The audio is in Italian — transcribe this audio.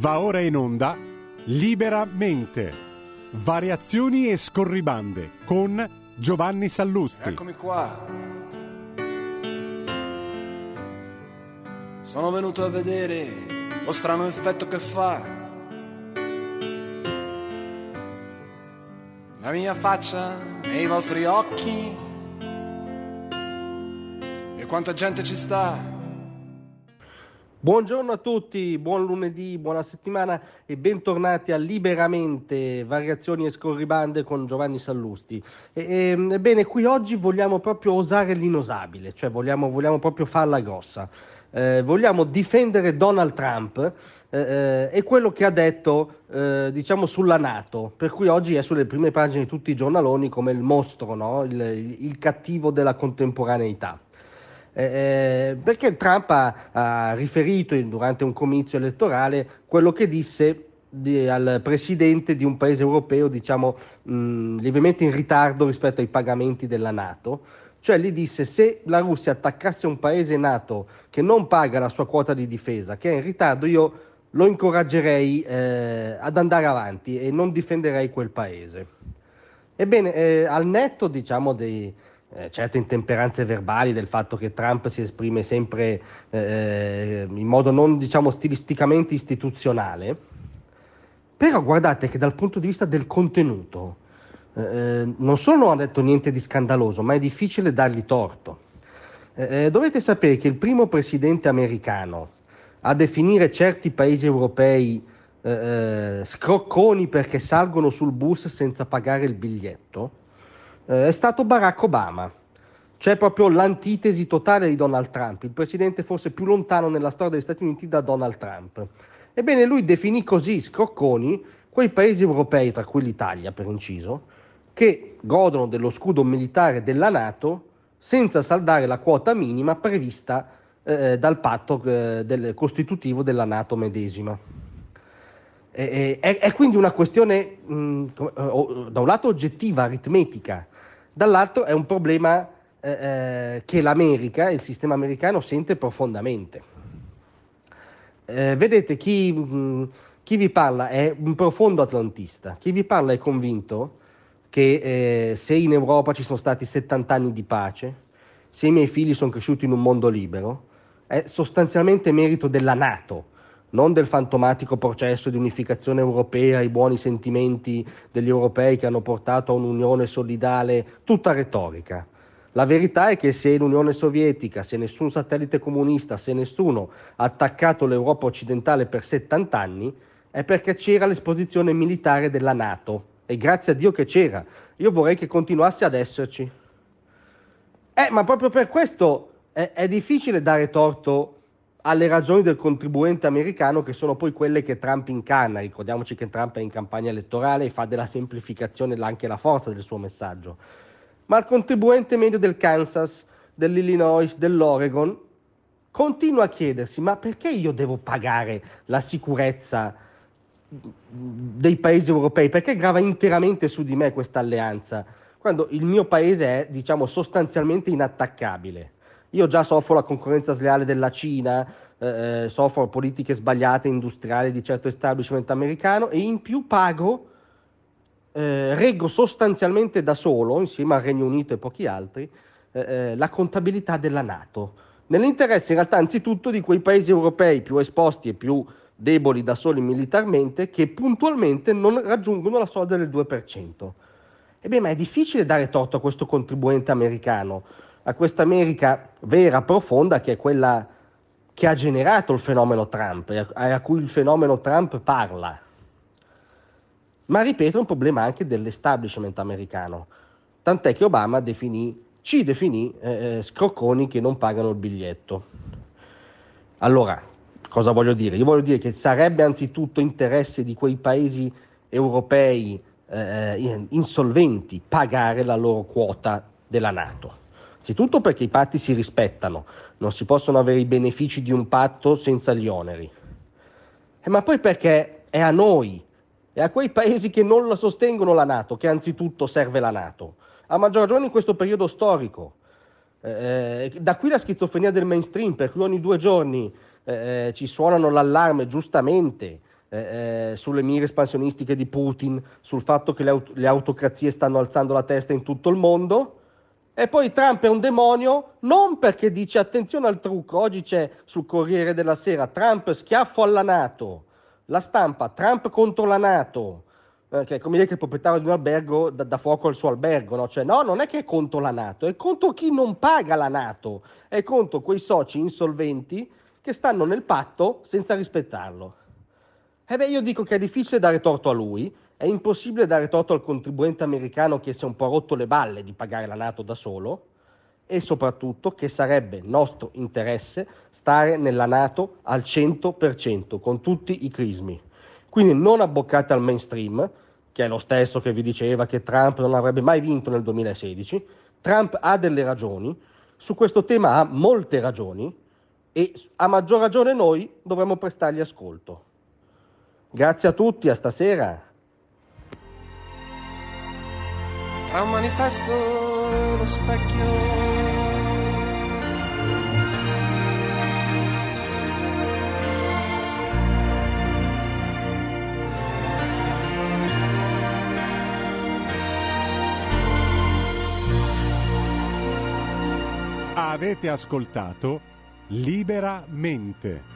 Va ora in onda Liberamente. Variazioni e scorribande con Giovanni Sallusti. Eccomi qua. Sono venuto a vedere lo strano effetto che fa la mia faccia nei vostri occhi e quanta gente ci sta. Buongiorno a tutti, buon lunedì, buona settimana e bentornati a Liberamente, variazioni e scorribande con Giovanni Sallusti. Ebbene, qui oggi vogliamo proprio osare l'inosabile, cioè vogliamo proprio farla grossa. Vogliamo difendere Donald Trump e quello che ha detto sulla NATO, per cui oggi è sulle prime pagine di tutti i giornaloni come il mostro, no? il cattivo della contemporaneità. Perché Trump ha riferito durante un comizio elettorale quello che disse al presidente di un paese europeo, lievemente in ritardo rispetto ai pagamenti della NATO. Cioè gli disse: se la Russia attaccasse un paese NATO che non paga la sua quota di difesa, che è in ritardo, io lo incoraggerei ad andare avanti e non difenderei quel paese. Ebbene, al netto dei certe intemperanze verbali, del fatto che Trump si esprime sempre in modo non stilisticamente istituzionale, però guardate che dal punto di vista del contenuto non solo non ha detto niente di scandaloso, ma è difficile dargli torto. Dovete sapere che il primo presidente americano a definire certi paesi europei scrocconi perché salgono sul bus senza pagare il biglietto è stato Barack Obama. C'è proprio l'antitesi totale di Donald Trump, il presidente forse più lontano nella storia degli Stati Uniti da Donald Trump. Ebbene, lui definì così scrocconi quei paesi europei, tra cui l'Italia per inciso, che godono dello scudo militare della NATO senza saldare la quota minima prevista dal patto costitutivo della NATO medesima. È quindi una questione da un lato oggettiva, aritmetica, dall'altro è un problema che l'America, il sistema americano, sente profondamente. Vedete, chi vi parla è un profondo atlantista, chi vi parla è convinto che se in Europa ci sono stati 70 anni di pace, se i miei figli sono cresciuti in un mondo libero, è sostanzialmente merito della NATO, non del fantomatico processo di unificazione europea, i buoni sentimenti degli europei che hanno portato a un'unione solidale, tutta retorica. La verità è che se l'Unione Sovietica, se nessun satellite comunista, se nessuno ha attaccato l'Europa occidentale per 70 anni, è perché c'era l'esposizione militare della NATO. E grazie a Dio che c'era. Io vorrei che continuasse ad esserci. Ma proprio per questo è difficile dare torto alle ragioni del contribuente americano, che sono poi quelle che Trump incarna. Ricordiamoci che Trump è in campagna elettorale e fa della semplificazione anche la forza del suo messaggio. Ma il contribuente medio del Kansas, dell'Illinois, dell'Oregon continua a chiedersi: ma perché io devo pagare la sicurezza dei paesi europei? Perché grava interamente su di me questa alleanza, quando il mio paese è, sostanzialmente inattaccabile? Io già soffro la concorrenza sleale della Cina, soffro politiche sbagliate industriali di certo establishment americano e in più reggo sostanzialmente da solo, insieme al Regno Unito e pochi altri, la contabilità della NATO, nell'interesse in realtà anzitutto di quei paesi europei più esposti e più deboli da soli militarmente, che puntualmente non raggiungono la soglia del 2%. Ma è difficile dare torto a questo contribuente americano, a questa America vera, profonda, che è quella che ha generato il fenomeno Trump e a cui il fenomeno Trump parla. Ma ripeto, è un problema anche dell'establishment americano, tant'è che Obama ci definì scrocconi che non pagano il biglietto. Allora, cosa voglio dire? Io voglio dire che sarebbe anzitutto interesse di quei paesi europei insolventi pagare la loro quota della NATO. Anzitutto perché i patti si rispettano, non si possono avere i benefici di un patto senza gli oneri. Ma poi perché è a noi e a quei paesi che non la sostengono la NATO che anzitutto serve la NATO, a maggior ragione in questo periodo storico. Da qui la schizofrenia del mainstream, per cui ogni 2 giorni ci suonano l'allarme, giustamente, sulle mire espansionistiche di Putin, sul fatto che le autocrazie stanno alzando la testa in tutto il mondo. E poi Trump è un demonio non perché dice attenzione al trucco, oggi c'è sul Corriere della Sera Trump schiaffo alla NATO, la stampa Trump contro la NATO, che è come dire che il proprietario di un albergo dà fuoco al suo albergo, no? Cioè, no, non è che è contro la NATO, è contro chi non paga la NATO, è contro quei soci insolventi che stanno nel patto senza rispettarlo. Io dico che è difficile dare torto a lui, è impossibile dare torto al contribuente americano che si è un po' rotto le balle di pagare la NATO da solo, e soprattutto che sarebbe nostro interesse stare nella NATO al 100%, con tutti i crismi. Quindi non abboccate al mainstream, che è lo stesso che vi diceva che Trump non avrebbe mai vinto nel 2016. Trump ha delle ragioni, su questo tema ha molte ragioni, e a maggior ragione noi dovremmo prestargli ascolto. Grazie a tutti, a stasera. Tra un manifesto e lo specchio, avete ascoltato Liberamente.